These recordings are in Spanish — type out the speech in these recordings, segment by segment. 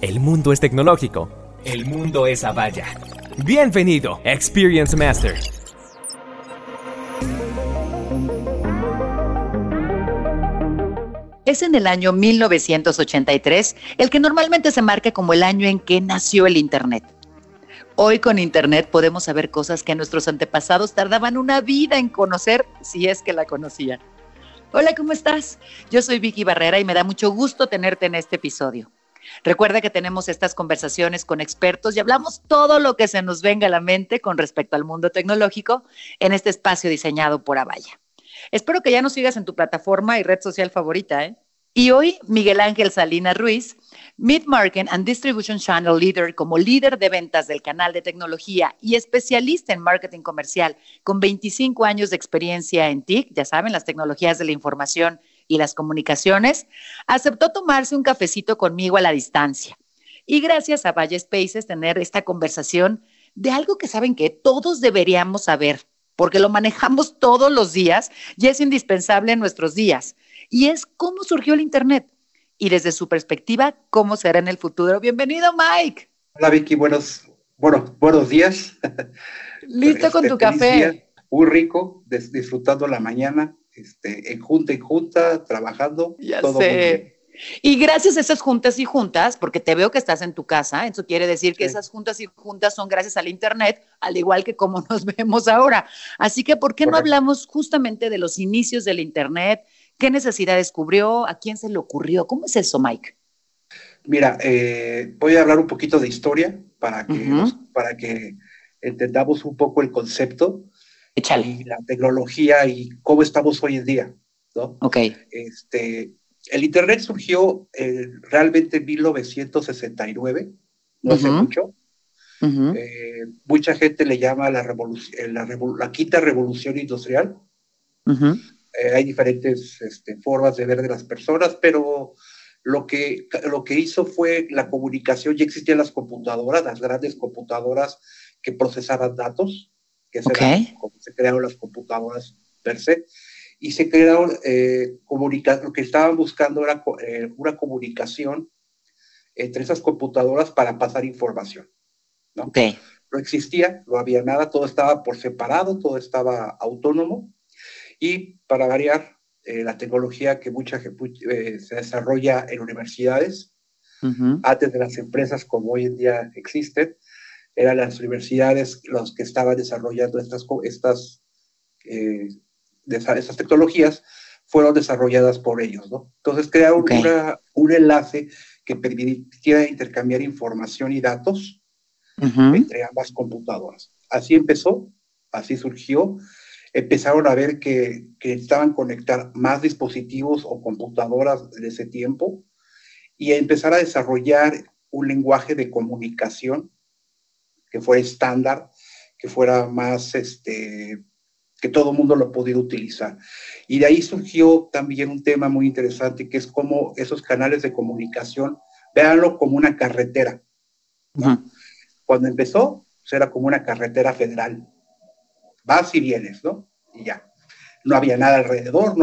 El mundo es tecnológico. El mundo es Avaya. Bienvenido, Experience Master. Es en el año 1983, el que normalmente se marca como el año en que nació el Internet. Hoy con Internet podemos saber cosas que nuestros antepasados tardaban una vida en conocer, si es que la conocían. Hola, ¿cómo estás? Yo soy Vicky Barrera y me da mucho gusto tenerte en este episodio. Recuerda que tenemos estas conversaciones con expertos y hablamos todo lo que se nos venga a la mente con respecto al mundo tecnológico en este espacio diseñado por Avaya. Espero que ya nos sigas en tu plataforma y red social favorita, ¿eh? Y hoy, Miguel Ángel Salinas Ruiz, Mid Market and Distribution Channel Leader, como líder de ventas del canal de tecnología y especialista en marketing comercial, con 25 años de experiencia en TIC, ya saben, las tecnologías de la información y las comunicaciones, aceptó tomarse un cafecito conmigo a la distancia. Y gracias a Avaya Spaces tener esta conversación de algo que saben que todos deberíamos saber, porque lo manejamos todos los días y es indispensable en nuestros días. Y es cómo surgió el Internet y desde su perspectiva, cómo será en el futuro. Bienvenido, Mike. Hola, Vicky, buenos días. Listo con tu Feliz café. Día, muy rico, disfrutando la mañana, en junta, trabajando, Ya todo muy bien. sé. Y gracias a esas juntas y juntas, porque te veo que estás en tu casa, eso quiere decir que Sí, esas juntas y juntas son gracias al Internet, al igual que como nos vemos ahora. Así que, ¿por qué no correcto. hablamos justamente de los inicios del Internet? ¿Qué necesidad descubrió? ¿A quién se le ocurrió? ¿Cómo es eso, Mike? Mira, voy a hablar un poquito de historia para Uh-huh. que entendamos un poco el concepto Échale. y la tecnología y cómo estamos hoy en día, ¿no? Ok. El Internet surgió realmente en 1969, no hace Uh-huh. mucho. Uh-huh. Mucha gente le llama la quinta revolución industrial. Uh-huh. Hay diferentes formas de ver de las personas, pero lo que hizo fue la comunicación. Ya existían las computadoras, las grandes computadoras que procesaban datos, que era como se crearon las computadoras per se, y se crearon lo que estaban buscando era una comunicación entre esas computadoras para pasar información, ¿no? Ok. No existía, no había nada, todo estaba por separado, todo estaba autónomo. Y para variar, la tecnología que se desarrolla en universidades, Uh-huh. antes de las empresas como hoy en día existen, eran las universidades los que estaban desarrollando estas tecnologías, fueron desarrolladas por ellos, ¿no? Entonces crearon Ok. un enlace que permitiera intercambiar información y datos Uh-huh. entre ambas computadoras. Así empezó, así surgió. Empezaron a ver que necesitaban conectar más dispositivos o computadoras de ese tiempo y a empezar a desarrollar un lenguaje de comunicación que fuera estándar, que fuera más, que todo el mundo lo pudiera utilizar. Y de ahí surgió también un tema muy interesante, que es cómo esos canales de comunicación, véanlo como una carretera, ¿no? Uh-huh. Cuando empezó, pues era como una carretera federal. Vas y vienes, ¿no? Y ya. No había nada alrededor,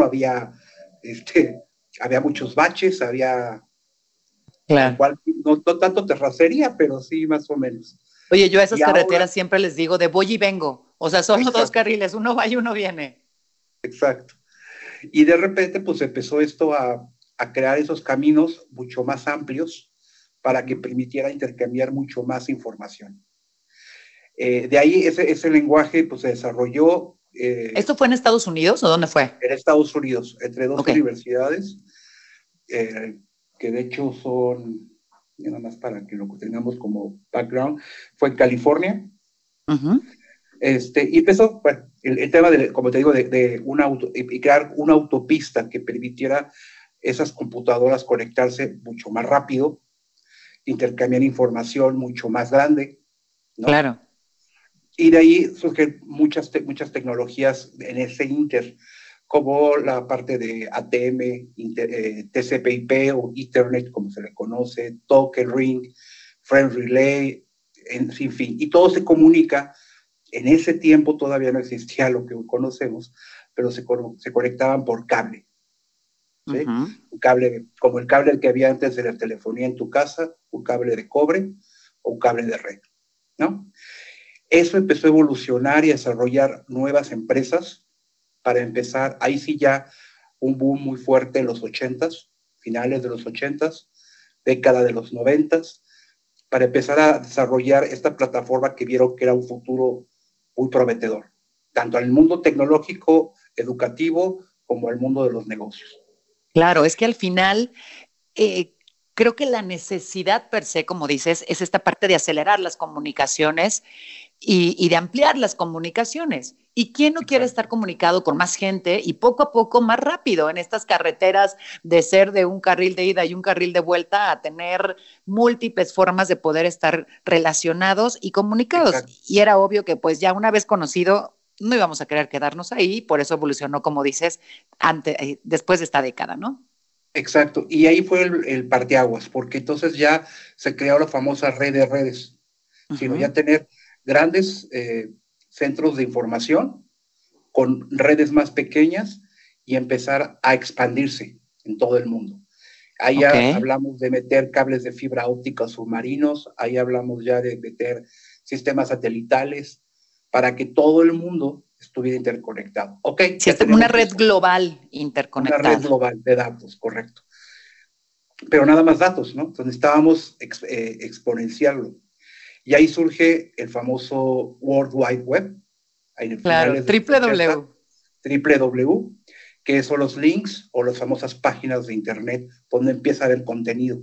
había muchos baches, había tal Claro. cual, no tanto terracería, pero sí más o menos. Oye, yo a esas Y ahora, carreteras siempre les digo de voy y vengo. O sea, solo dos exacto, carriles, uno va y uno viene. exacto. Y de repente, pues empezó esto a crear esos caminos mucho más amplios para que Uh-huh. permitiera intercambiar mucho más información. De ahí ese lenguaje pues, se desarrolló ¿Esto fue en Estados Unidos o dónde fue? en Estados Unidos, entre dos Ok. universidades, eh, que de hecho son, nada más para que lo tengamos como background, fue en California. Uh-huh. Y empezó, bueno, el tema, como te digo, y crear una autopista que permitiera esas computadoras conectarse mucho más rápido, intercambiar información mucho más grande, ¿no? Claro. Y de ahí surgen muchas tecnologías en ese inter, como la parte de ATM, TCP/IP o Ethernet, como se le conoce, Token Ring, Frame Relay, en fin, y todo se comunica. En ese tiempo todavía no existía lo que hoy conocemos, pero se conectaban por cable, ¿sí? Ujú. Un cable como el cable que había antes de la telefonía en tu casa, un cable de cobre o un cable de red, ¿no? Eso empezó a evolucionar y a desarrollar nuevas empresas para empezar, ahí sí ya un boom muy fuerte en los 80s, finales de los 80s, década de los 90s, para empezar a desarrollar esta plataforma que vieron que era un futuro muy prometedor, tanto en el mundo tecnológico, educativo, como en el mundo de los negocios. Claro, es que al final eh, creo que la necesidad per se, como dices, es esta parte de acelerar las comunicaciones y de ampliar las comunicaciones. ¿Y quién no quiere estar Exacto. comunicado con más gente y poco a poco más rápido en estas carreteras de ser de un carril de ida y un carril de vuelta a tener múltiples formas de poder estar relacionados y comunicados? Exacto. Y era obvio que pues ya una vez conocido no íbamos a querer quedarnos ahí, por eso evolucionó, como dices, después de esta década, ¿no? Exacto. Y ahí fue el parteaguas, porque entonces ya se creó la famosa red de redes, sino Uh-huh. ya tener grandes centros de información con redes más pequeñas y empezar a expandirse en todo el mundo. Ahí Ok. ya hablamos de meter cables de fibra óptica submarinos, ahí hablamos ya de meter sistemas satelitales para que todo el mundo estuviera interconectado. Ok, Sí, ya es una tenemos red eso, global una red interconectada. global de datos, correcto. Pero nada más datos, ¿no? Entonces necesitábamos exponenciarlo. Y ahí surge el famoso World Wide Web, en Claro, finales de los triple 80, W. www, que son los links o las famosas páginas de Internet donde empieza a haber contenido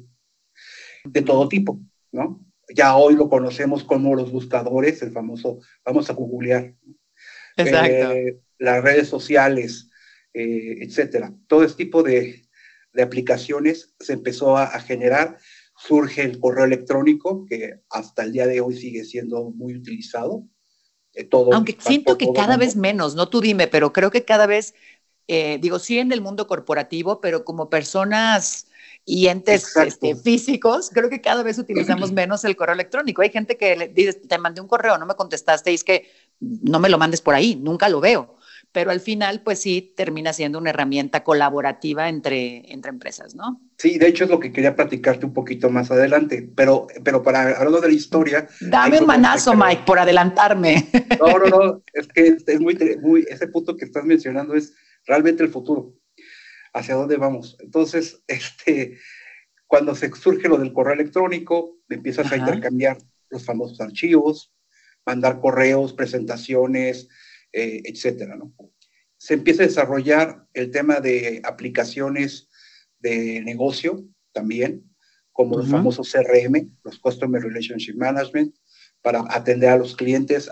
de todo Uh-huh. tipo, ¿no? Ya hoy lo conocemos como los buscadores, el famoso, vamos a googlear, Exacto. las redes sociales, etcétera. Todo este tipo de aplicaciones se empezó a generar. Surge el correo electrónico, que hasta el día de hoy sigue siendo muy utilizado. Todo, Aunque siento por que todo el cada vez mundo. menos, no tú dime, pero creo que cada vez, digo, sí en el mundo corporativo, pero como personas y entes Exacto. físicos, creo que cada vez utilizamos menos el correo electrónico. Hay gente que le dices, te mandé un correo, no me contestaste, y es que no me lo mandes por ahí, nunca lo veo. Pero al final, pues sí, termina siendo una herramienta colaborativa entre empresas, ¿no? Sí, de hecho es lo que quería platicarte un poquito más adelante, pero para hablando de la historia, ahí Dame un fue cuando se manazo, Mike, creó. por adelantarme. No, no, no, es que es muy, ese punto que estás mencionando es realmente el futuro, hacia dónde vamos. Entonces, cuando se surge lo del correo electrónico, empiezas a Ajá. intercambiar los famosos archivos, mandar correos, presentaciones, etcétera, ¿no? Se empieza a desarrollar el tema de aplicaciones de negocio también, como los Uh-huh. famosos CRM, los Customer Relationship Management, para atender a los clientes,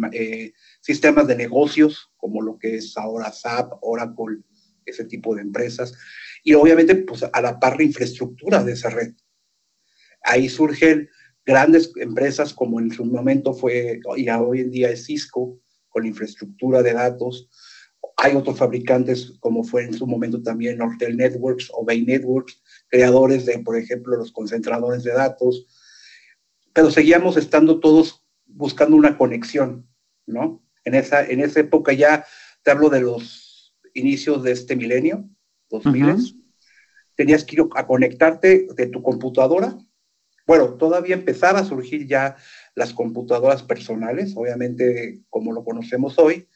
sistemas de negocios, como lo que es ahora SAP, Oracle, ese tipo de empresas, y obviamente pues a la par la infraestructura de esa red. Ahí surgen grandes empresas como en su momento fue, y hoy en día es Cisco, con la infraestructura de datos. Hay otros fabricantes, como fue en su momento también Nortel Networks o Bay Networks, creadores de, por ejemplo, los concentradores de datos, pero seguíamos estando todos buscando una conexión, ¿no? En esa época ya, te hablo de los inicios de este milenio, 2000, Uh-huh. tenías que ir a conectarte de tu computadora. Bueno, todavía empezaba a surgir ya las computadoras personales, obviamente como lo conocemos hoy,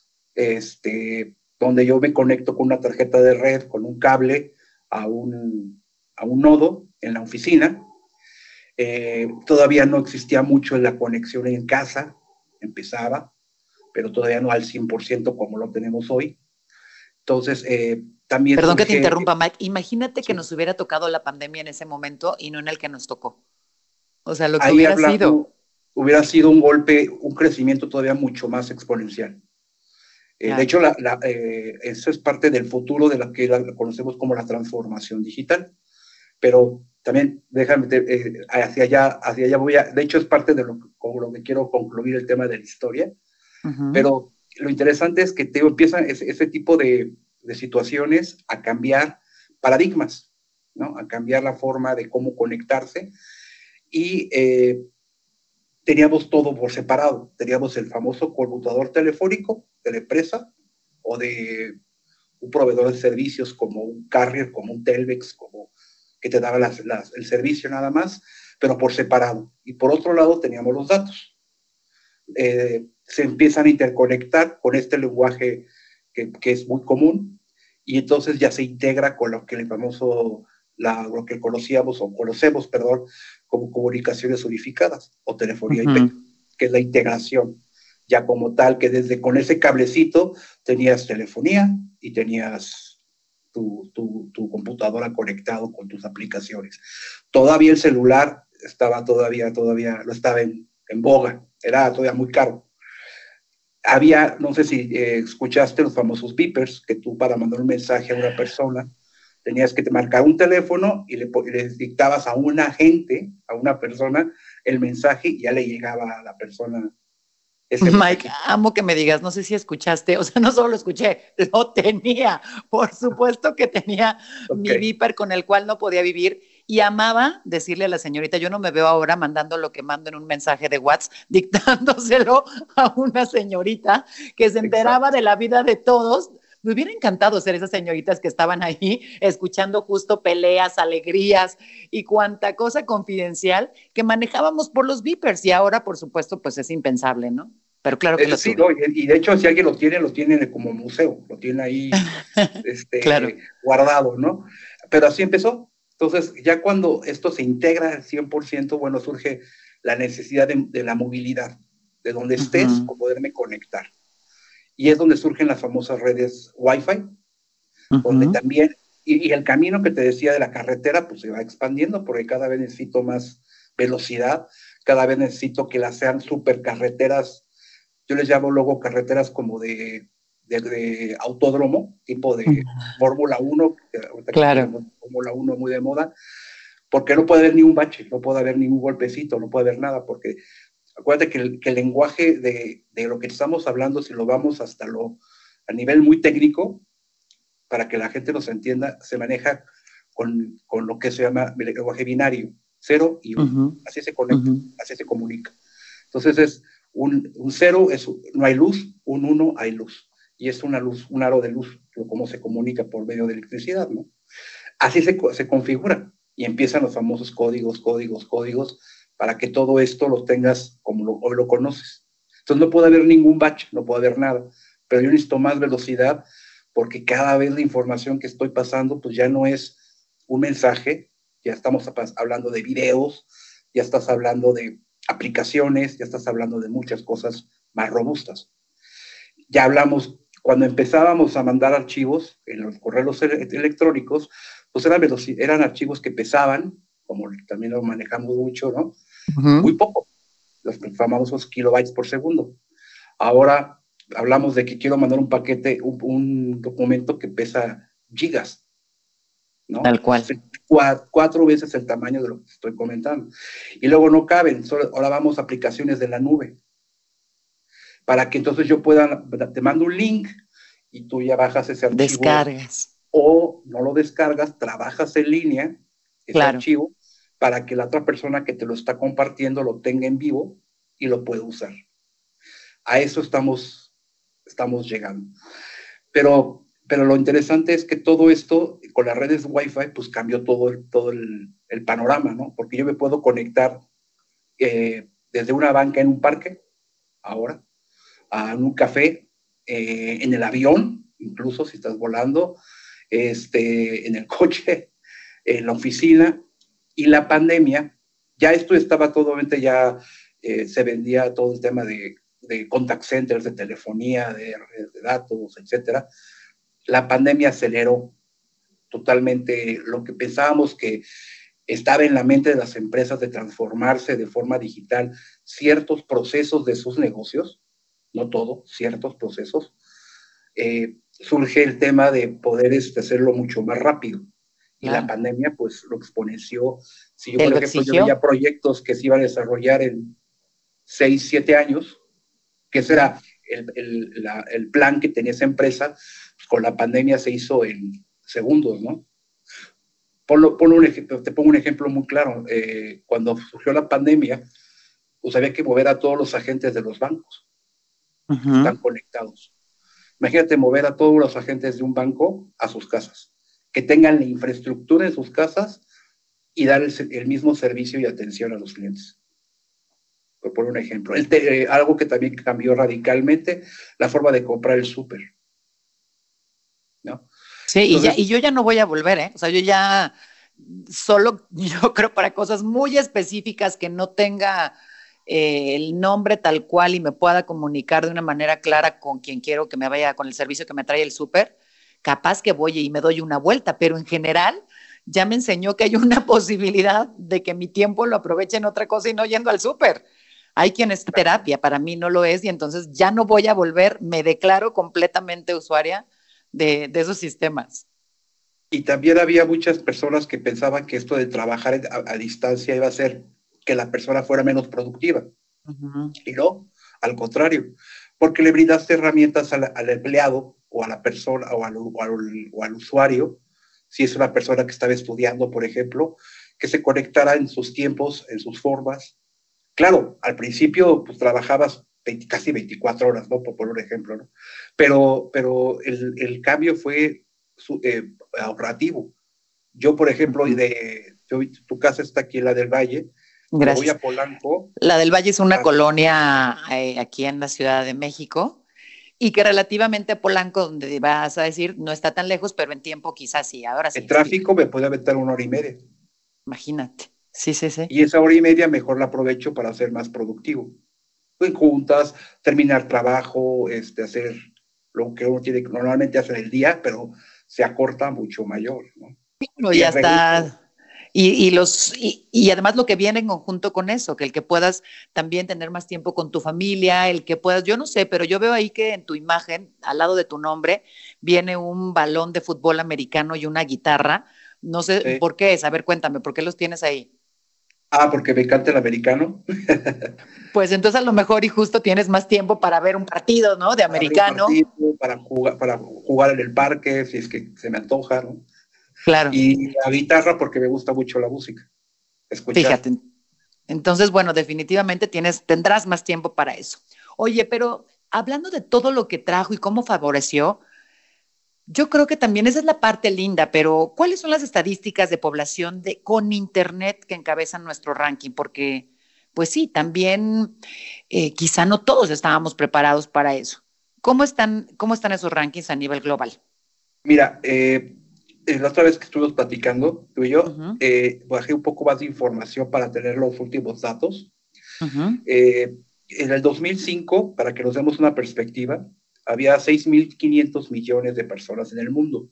donde yo me conecto con una tarjeta de red, con un cable a un nodo en la oficina. Todavía no existía mucho en la conexión en casa, empezaba, pero todavía no al 100% como lo tenemos hoy. Entonces, también Perdón que te surge, interrumpa, Mike. Imagínate que sí, nos hubiera tocado la pandemia en ese momento y no en el que nos tocó. O sea, lo que ahí hubiera sido. hubiera sido un golpe, un crecimiento todavía mucho más exponencial. De Claro. hecho, eso es parte del futuro de la que la conocemos como la transformación digital. Pero también déjame, hacia allá voy a, de hecho es parte de con lo que quiero concluir el tema de la historia, Uh-huh. pero lo interesante es que te empiezan ese tipo de situaciones a cambiar paradigmas, ¿no? A cambiar la forma de cómo conectarse y teníamos todo por separado. Teníamos el famoso conmutador telefónico de la empresa o un proveedor de servicios como un carrier, como un Telmex, como que te daba el servicio nada más, pero por separado. Y por otro lado teníamos los datos. Se empiezan a interconectar con este lenguaje que es muy común, y entonces ya se integra con lo que el famoso, lo que conocíamos o conocemos, perdón, como comunicaciones unificadas o telefonía IP, que es la integración, ya como tal, que desde con ese cablecito tenías telefonía y tenías tu computadora conectado con tus aplicaciones. Todavía el celular todavía no estaba en boga, era todavía muy caro. Había, no sé si escuchaste los famosos beepers, que tú para mandar un mensaje a una persona tenías que marcar un teléfono y le dictabas a un agente, a una persona, el mensaje y ya le llegaba a la persona ese Mike, mensaje. amo que me digas, no sé si escuchaste, o sea, no solo lo escuché, lo tenía, por supuesto que tenía mi Okay. beeper con el cual no podía vivir y amaba decirle a la señorita, yo no me veo ahora mandando lo que mando en un mensaje de WhatsApp, dictándoselo a una señorita que se enteraba Exacto. de la vida de todos. Me hubiera encantado ser esas señoritas que estaban ahí escuchando justo peleas, alegrías y cuanta cosa confidencial que manejábamos por los beepers y ahora, por supuesto, pues es impensable, ¿no? Pero claro que lo Sí, tuve. no, y de hecho, si alguien lo tiene como museo, lo tiene ahí Claro. guardado, ¿no? Pero así empezó. Entonces, ya cuando esto se integra al 100%, bueno, surge la necesidad de la movilidad, de donde estés, Uh-huh. o poderme conectar. Y es donde surgen las famosas redes Wi-Fi, donde Uh-huh. también, y el camino que te decía de la carretera, pues se va expandiendo, porque cada vez necesito más velocidad, cada vez necesito que las sean supercarreteras. Yo les llamo luego carreteras como de autódromo, tipo de Fórmula 1, ahorita que Claro. tenemos Fórmula 1 muy de moda, porque no puede haber ni un bache, no puede haber ningún golpecito, no puede haber nada, porque acuérdate que el lenguaje de lo que estamos hablando, si lo vamos hasta a nivel muy técnico, para que la gente nos entienda, se maneja con lo que se llama el lenguaje binario, 0 y 1. Uh-huh. Así se conecta, Uh-huh. así se comunica. Entonces es un 0 no hay luz, un 1 hay luz. Y es una luz, un aro de luz, como se comunica por medio de electricidad, ¿no? Así se configura y empiezan los famosos códigos, para que todo esto lo tengas como hoy lo conoces. Entonces no puede haber ningún batch, no puede haber nada, pero yo necesito más velocidad porque cada vez la información que estoy pasando pues ya no es un mensaje, ya estamos hablando de videos, ya estás hablando de aplicaciones, ya estás hablando de muchas cosas más robustas. Ya hablamos, cuando empezábamos a mandar archivos en los correos electrónicos, pues eran archivos que pesaban, como también lo manejamos mucho, ¿no? Uh-huh. Muy poco, los famosos kilobytes por segundo. Ahora hablamos de que quiero mandar un paquete, un documento que pesa gigas, ¿no? Tal cual. 4 veces el tamaño de lo que estoy comentando. Y luego no caben, ahora vamos a aplicaciones de la nube, para que entonces yo pueda, te mando un link y tú ya bajas ese archivo Descargas. o no lo descargas, trabajas en línea ese Claro. archivo para que la otra persona que te lo está compartiendo lo tenga en vivo y lo pueda usar. A eso estamos llegando. Pero lo interesante es que todo esto, con las redes Wi-Fi, pues cambió todo el panorama, ¿no? Porque yo me puedo conectar desde una banca en un parque, ahora, en un café, en el avión, incluso si estás volando, en el coche, en la oficina. Y la pandemia, ya esto estaba totalmente, ya se vendía todo el tema de contact centers, de telefonía, de datos, etcétera. La pandemia aceleró totalmente lo que pensábamos que estaba en la mente de las empresas de transformarse de forma digital ciertos procesos de sus negocios, no todo, ciertos procesos. Surge el tema de poder hacerlo mucho más rápido. Y la Claro. pandemia, pues, lo exponenció. Si yo, Te por lo ejemplo, yo exigió. veía proyectos que se iban a desarrollar en 6, 7 años, que ese era el plan que tenía esa empresa, pues con la pandemia se hizo en segundos, ¿no? Te pongo un ejemplo muy claro. Cuando surgió la pandemia, pues había que mover a todos los agentes de los bancos que Uh-huh. están conectados. Imagínate mover a todos los agentes de un banco a sus casas, que tengan la infraestructura en sus casas y dar el mismo servicio y atención a los clientes. Por un ejemplo. Algo que también cambió radicalmente, la forma de comprar el súper, ¿no? Sí, entonces, y yo ya no voy a volver, ¿eh? O sea, yo ya solo, yo creo para cosas muy específicas que no tenga el nombre tal cual y me pueda comunicar de una manera clara con quien quiero que me vaya, con el servicio que me trae el súper, capaz que voy y me doy una vuelta, pero en general ya me enseñó que hay una posibilidad de que mi tiempo lo aproveche en otra cosa y no yendo al súper. Hay quien es terapia, para mí no lo es, y entonces ya no voy a volver, me declaro completamente usuaria de esos sistemas. Y también había muchas personas que pensaban que esto de trabajar a distancia iba a hacer que la persona fuera menos productiva. Y no, al contrario, porque le brindaste herramientas al empleado o a la persona o al usuario, si es una persona que estaba estudiando, por ejemplo, que se conectara en sus tiempos, en sus formas. Claro, al principio pues trabajabas casi 24 horas, ¿no? Por un ejemplo, ¿no? Pero el cambio fue ahorrativo. Yo, por ejemplo, tu casa está aquí en la del Valle. Gracias. Voy a Polanco. La del Valle es una colonia aquí en la Ciudad de México y que relativamente a Polanco, donde vas a decir, no está tan lejos, pero en tiempo quizás sí. Ahora sí. El tráfico me puede aventar 1 hora y media. Imagínate. Sí, sí, sí. Y esa hora y media mejor la aprovecho para ser más productivo. En juntas, terminar trabajo, hacer lo que uno tiene que normalmente hacer el día, pero se acorta mucho mayor, ¿no? Bueno, ya está. Y además lo que viene en conjunto con eso, que el que puedas también tener más tiempo con tu familia, el que puedas, yo no sé, pero yo veo ahí que en tu imagen, al lado de tu nombre, viene un balón de fútbol americano y una guitarra. No sé por qué es, a ver, cuéntame, ¿por qué los tienes ahí? Porque me encanta el americano. Pues entonces a lo mejor y justo tienes más tiempo para ver un partido, ¿no? De americano. Para jugar en el parque, si es que se me antoja, ¿no? Claro. Y la guitarra porque me gusta mucho la música. Escuchar. Fíjate. Entonces, bueno, definitivamente tendrás más tiempo para eso. Oye, pero hablando de todo lo que trajo y cómo favoreció, yo creo que también esa es la parte linda, pero ¿cuáles son las estadísticas de población con Internet que encabezan nuestro ranking? Porque, pues sí, también quizá no todos estábamos preparados para eso. ¿Cómo están esos rankings a nivel global? Mira, la otra vez que estuvimos platicando, tú y yo, bajé un poco más de información para tener los últimos datos. En el 2005, para que nos demos una perspectiva, había 6.500 millones de personas en el mundo.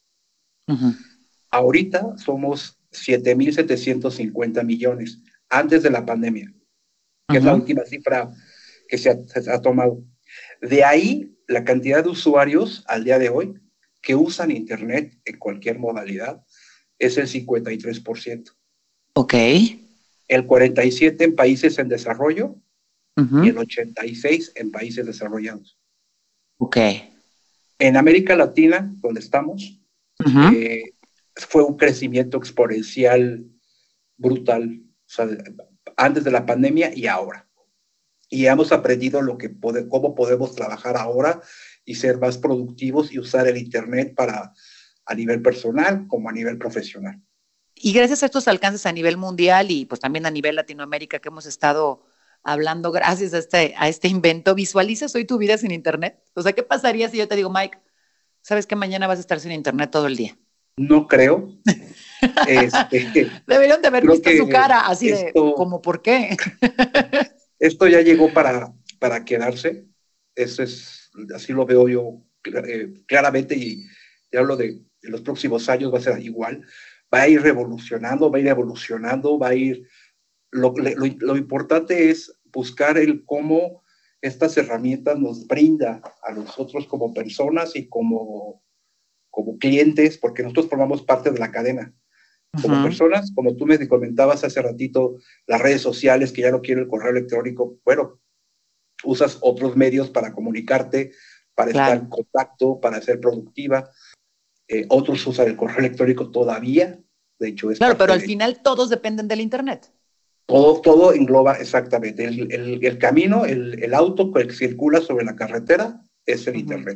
Ahorita somos 7.750 millones, antes de la pandemia, que es la última cifra que se ha tomado. De ahí, la cantidad de usuarios al día de hoy que usan Internet en cualquier modalidad es el 53%. Ok. El 47% en países en desarrollo y el 86% en países desarrollados. Ok. En América Latina, donde estamos, fue un crecimiento exponencial brutal, o sea, antes de la pandemia y ahora. Y hemos aprendido cómo podemos trabajar ahora y ser más productivos y usar el Internet a nivel personal como a nivel profesional. Y gracias a estos alcances a nivel mundial y pues también a nivel Latinoamérica que hemos estado hablando, gracias a este invento, ¿visualizas hoy tu vida sin Internet? O sea, ¿qué pasaría si yo te digo, Mike, sabes que mañana vas a estar sin Internet todo el día? No creo. Deberían de haber visto su cara así de, ¿cómo por qué? Esto ya llegó para quedarse. Así lo veo yo claramente y te hablo de los próximos años va a ser igual. Va a ir revolucionando, va a ir evolucionando, va a ir... Lo importante es buscar el cómo estas herramientas nos brinda a nosotros como personas y como clientes, porque nosotros formamos parte de la cadena. Como personas, como tú me comentabas hace ratito, las redes sociales, que ya no quiero el correo electrónico, bueno, usas otros medios para comunicarte, para estar en contacto, para ser productiva. Otros usan el correo electrónico todavía, de hecho es... Claro, pero al final todos dependen del Internet. Todo engloba exactamente. El camino, el auto que circula sobre la carretera es el Internet.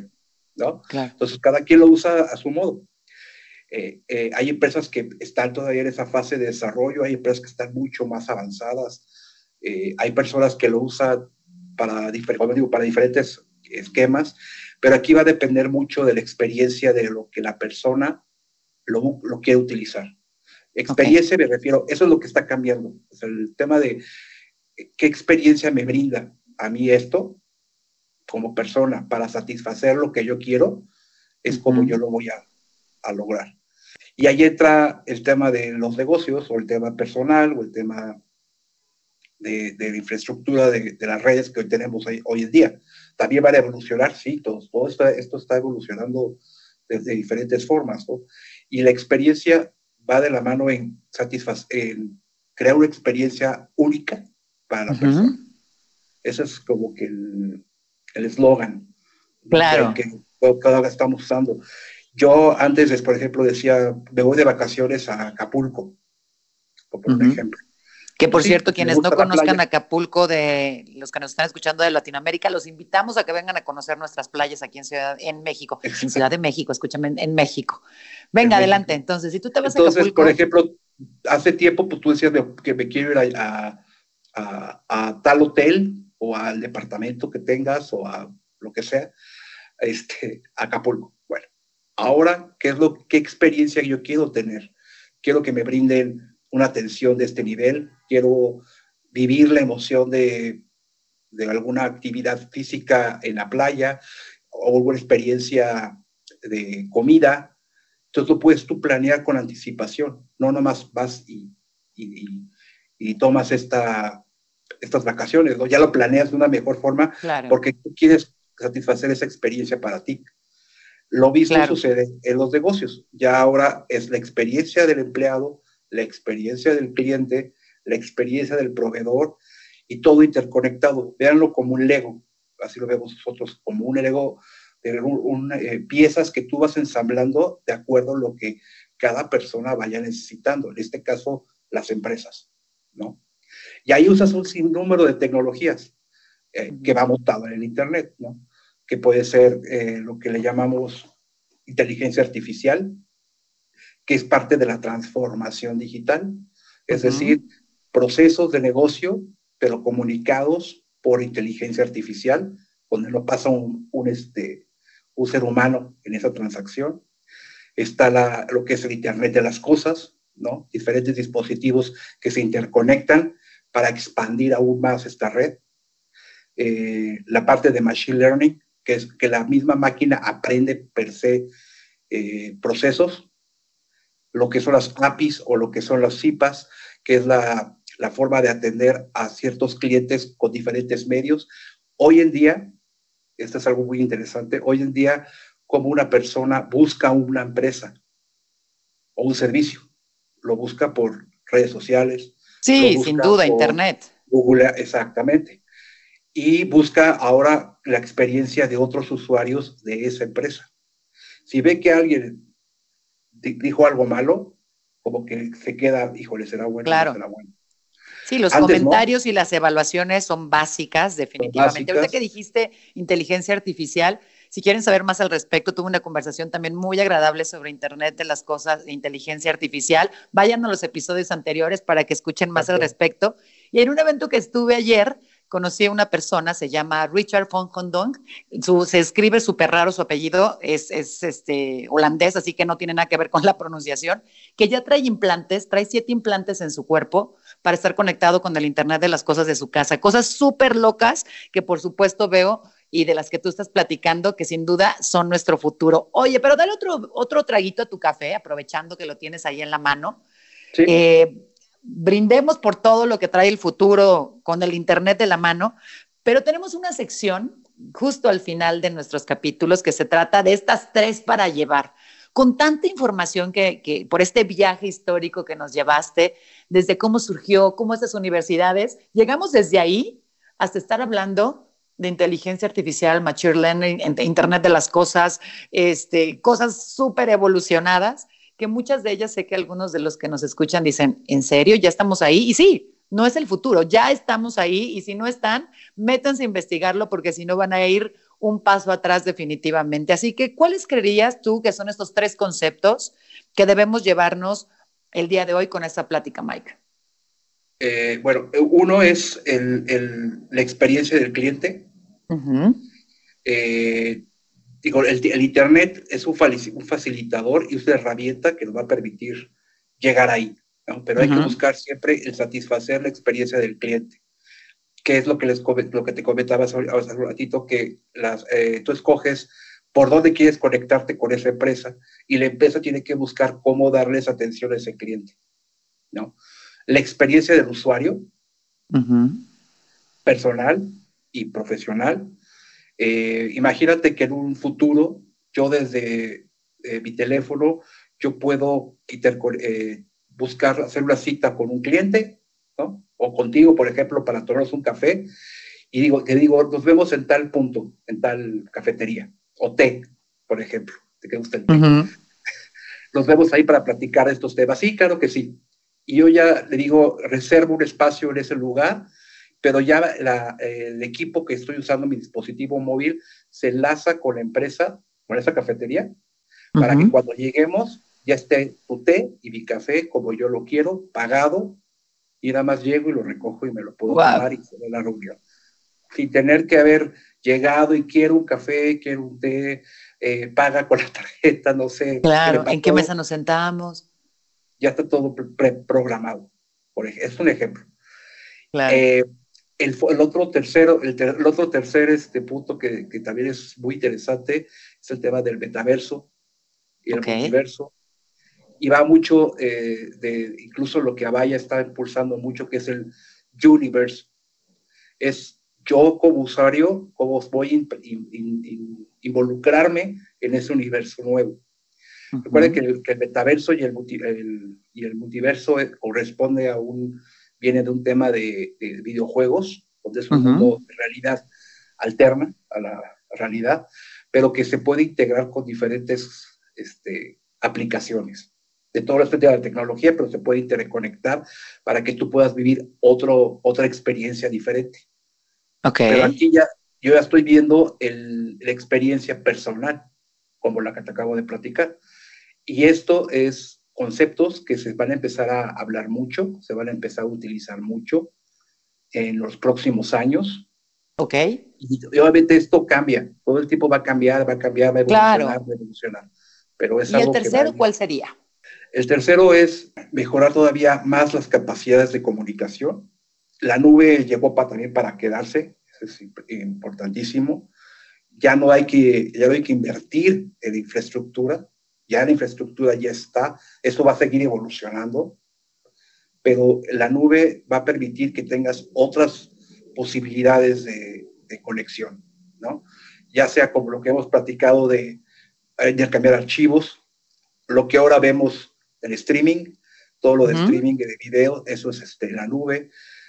¿no? Claro. Entonces, cada quien lo usa a su modo. Hay empresas que están todavía en esa fase de desarrollo, hay empresas que están mucho más avanzadas, hay personas que lo usan como digo, para diferentes esquemas, pero aquí va a depender mucho de la experiencia de lo que la persona lo quiere utilizar. Experiencia, me refiero, eso es lo que está cambiando. O sea, el tema de qué experiencia me brinda a mí esto como persona para satisfacer lo que yo quiero, es como yo lo voy a lograr. Y ahí entra el tema de los negocios, o el tema personal, o el tema de la infraestructura de las redes que hoy tenemos hoy en día. También van a evolucionar, sí, todo esto está evolucionando de diferentes formas, ¿no? Y la experiencia va de la mano en crear una experiencia única para la persona. Ese es como que el eslogan, claro, que cada vez estamos usando. Yo antes, por ejemplo, decía, me voy de vacaciones a Acapulco, por un ejemplo. Que por Sí, cierto, quienes no conozcan playa. Acapulco, de los que nos están escuchando de Latinoamérica, los invitamos a que vengan a conocer nuestras playas aquí en México, en Ciudad de México, escúchame, en México. Venga, adelante. México. Entonces, si tú te vas a Acapulco. Por ejemplo, hace tiempo pues, tú decías que me quiero ir a tal hotel o al departamento que tengas o a lo que sea, Acapulco. Bueno, ahora, ¿qué experiencia yo quiero tener? Quiero que me brinden una atención de este nivel, quiero vivir la emoción de alguna actividad física en la playa o alguna experiencia de comida. Entonces lo puedes tú planear con anticipación, no nomás vas y tomas estas vacaciones, ¿no? Ya lo planeas de una mejor forma, claro, porque tú quieres satisfacer esa experiencia para ti. Lo mismo sucede en los negocios. Ya ahora es la experiencia del empleado, la experiencia del cliente, la experiencia del proveedor y todo interconectado. Véanlo como un Lego, así lo vemos nosotros, como un Lego, piezas que tú vas ensamblando de acuerdo a lo que cada persona vaya necesitando, en este caso las empresas, ¿no? Y ahí usas un sinnúmero de tecnologías que va montado en el Internet, ¿no? Que puede ser lo que le llamamos inteligencia artificial, que es parte de la transformación digital, es decir, procesos de negocio, pero comunicados por inteligencia artificial, donde no pasa un ser humano en esa transacción. Está lo que es el Internet de las cosas, ¿no? Diferentes dispositivos que se interconectan para expandir aún más esta red. La parte de Machine Learning, que es que la misma máquina aprende per se procesos, lo que son las APIs o lo que son las CIPAs, que es la forma de atender a ciertos clientes con diferentes medios. Hoy en día, esto es algo muy interesante, hoy en día, como una persona busca una empresa o un servicio, lo busca por redes sociales. Sí, sin duda, Internet. Google, exactamente. Y busca ahora la experiencia de otros usuarios de esa empresa. Si ve que alguien dijo algo malo, como que se queda, híjole, será bueno, claro. No será bueno. Sí, los comentarios, ¿no?, y las evaluaciones son básicas, definitivamente. Son básicas. Ahorita que dijiste inteligencia artificial, si quieren saber más al respecto, tuve una conversación también muy agradable sobre Internet de las cosas e inteligencia artificial. Vayan a los episodios anteriores para que escuchen más al respecto. Y en un evento que estuve ayer, conocí a una persona, se llama Richard von Hondong, se escribe súper raro su apellido, es holandés, así que no tiene nada que ver con la pronunciación, que ya trae 7 implantes en su cuerpo para estar conectado con el Internet de las cosas de su casa, cosas súper locas que por supuesto veo y de las que tú estás platicando, que sin duda son nuestro futuro. Oye, pero dale otro traguito a tu café, aprovechando que lo tienes ahí en la mano. Sí. Brindemos por todo lo que trae el futuro con el Internet de la mano, pero tenemos una sección justo al final de nuestros capítulos que se trata de estas 3 para llevar. Con tanta información que por este viaje histórico que nos llevaste, desde cómo surgió, cómo estas universidades, llegamos desde ahí hasta estar hablando de inteligencia artificial, machine learning, Internet de las cosas, cosas súper evolucionadas, que muchas de ellas sé que algunos de los que nos escuchan dicen, ¿en serio? ¿Ya estamos ahí? Y sí, no es el futuro, ya estamos ahí y si no están, métanse a investigarlo porque si no van a ir un paso atrás definitivamente. Así que, ¿cuáles creerías tú que son estos 3 conceptos que debemos llevarnos el día de hoy con esta plática, Mike? Bueno, uno es la experiencia del cliente. Uh-huh. Digo, el Internet es un facilitador y una herramienta que nos va a permitir llegar ahí, ¿no? Pero hay que buscar siempre el satisfacer la experiencia del cliente, que es lo que te comentaba hace un ratito, que tú escoges por dónde quieres conectarte con esa empresa y la empresa tiene que buscar cómo darles atención a ese cliente, ¿no? La experiencia del usuario, personal y profesional. Imagínate que en un futuro, yo desde mi teléfono, yo puedo buscar hacer una cita con un cliente, ¿no? O contigo, por ejemplo, para tomarnos un café, y te digo, nos vemos en tal punto, en tal cafetería, o té, por ejemplo, ¿te gusta el té? Nos vemos ahí para platicar estos temas. Sí, claro que sí. Y yo ya le digo, reservo un espacio en ese lugar, pero ya el equipo que estoy usando, mi dispositivo móvil, se enlaza con la empresa, con esa cafetería, para que cuando lleguemos ya esté tu té y mi café como yo lo quiero, pagado, y nada más llego y lo recojo y me lo puedo tomar y hacer la reunión. Sin tener que haber llegado y quiero un café, quiero un té, paga con la tarjeta, no sé. Claro, ¿en qué mesa nos sentamos? Ya está todo preprogramado. Es un ejemplo. Claro. El otro tercer punto que también es muy interesante es el tema del metaverso y el multiverso. Y va mucho incluso lo que Avaya está impulsando mucho, que es el Universe. Es yo como usuario, cómo voy a involucrarme en ese universo nuevo. Recuerden que el metaverso y el multiverso corresponde viene de un tema de videojuegos, donde es un mundo de realidad alterna a la realidad, pero que se puede integrar con diferentes aplicaciones de todo el aspecto de la tecnología, pero se puede interconectar para que tú puedas vivir otra experiencia diferente. Pero aquí yo ya estoy viendo la experiencia personal, como la que te acabo de platicar. Y esto es conceptos que se van a empezar a hablar mucho, se van a empezar a utilizar mucho en los próximos años. Y obviamente esto cambia, todo el tiempo va a cambiar, va a evolucionar, claro, va a evolucionar. Pero es algo. ¿Y el tercero cuál sería? El tercero es mejorar todavía más las capacidades de comunicación. La nube llegó también para quedarse, eso es importantísimo. Ya no hay que invertir en infraestructura, ya la infraestructura ya está, eso va a seguir evolucionando, pero la nube va a permitir que tengas otras posibilidades de conexión, ¿no? Ya sea como lo que hemos platicado de intercambiar archivos, lo que ahora vemos en streaming, todo lo de streaming de video, eso es la nube,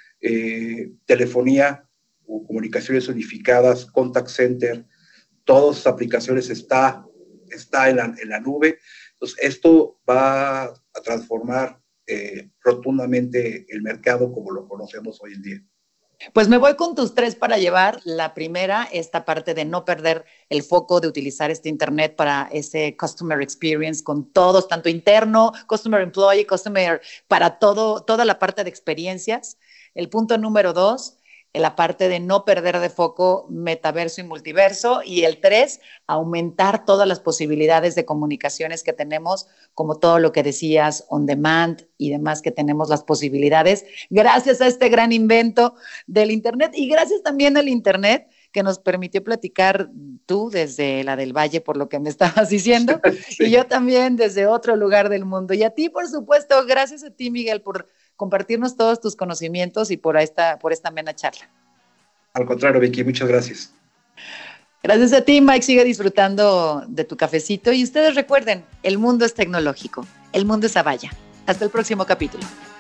telefonía o comunicaciones unificadas, contact center, todas las aplicaciones está en la nube. Entonces, esto va a transformar rotundamente el mercado como lo conocemos hoy en día. Pues me voy con tus 3 para llevar. La primera, esta parte de no perder el foco de utilizar este Internet para ese customer experience con todos, tanto interno, customer employee, customer, para toda la parte de experiencias. El punto número 2, la parte de no perder de foco metaverso y multiverso. Y el 3, aumentar todas las posibilidades de comunicaciones que tenemos, como todo lo que decías, on demand y demás, que tenemos las posibilidades gracias a este gran invento del Internet y gracias también al Internet que nos permitió platicar tú desde la del Valle, por lo que me estabas diciendo, sí, y yo también desde otro lugar del mundo. Y a ti, por supuesto, gracias a ti, Miguel, por compartirnos todos tus conocimientos y por esta amena charla. Al contrario, Vicky, muchas gracias. Gracias a ti, Mike. Sigue disfrutando de tu cafecito y ustedes recuerden, el mundo es tecnológico, el mundo es Avaya. Hasta el próximo capítulo.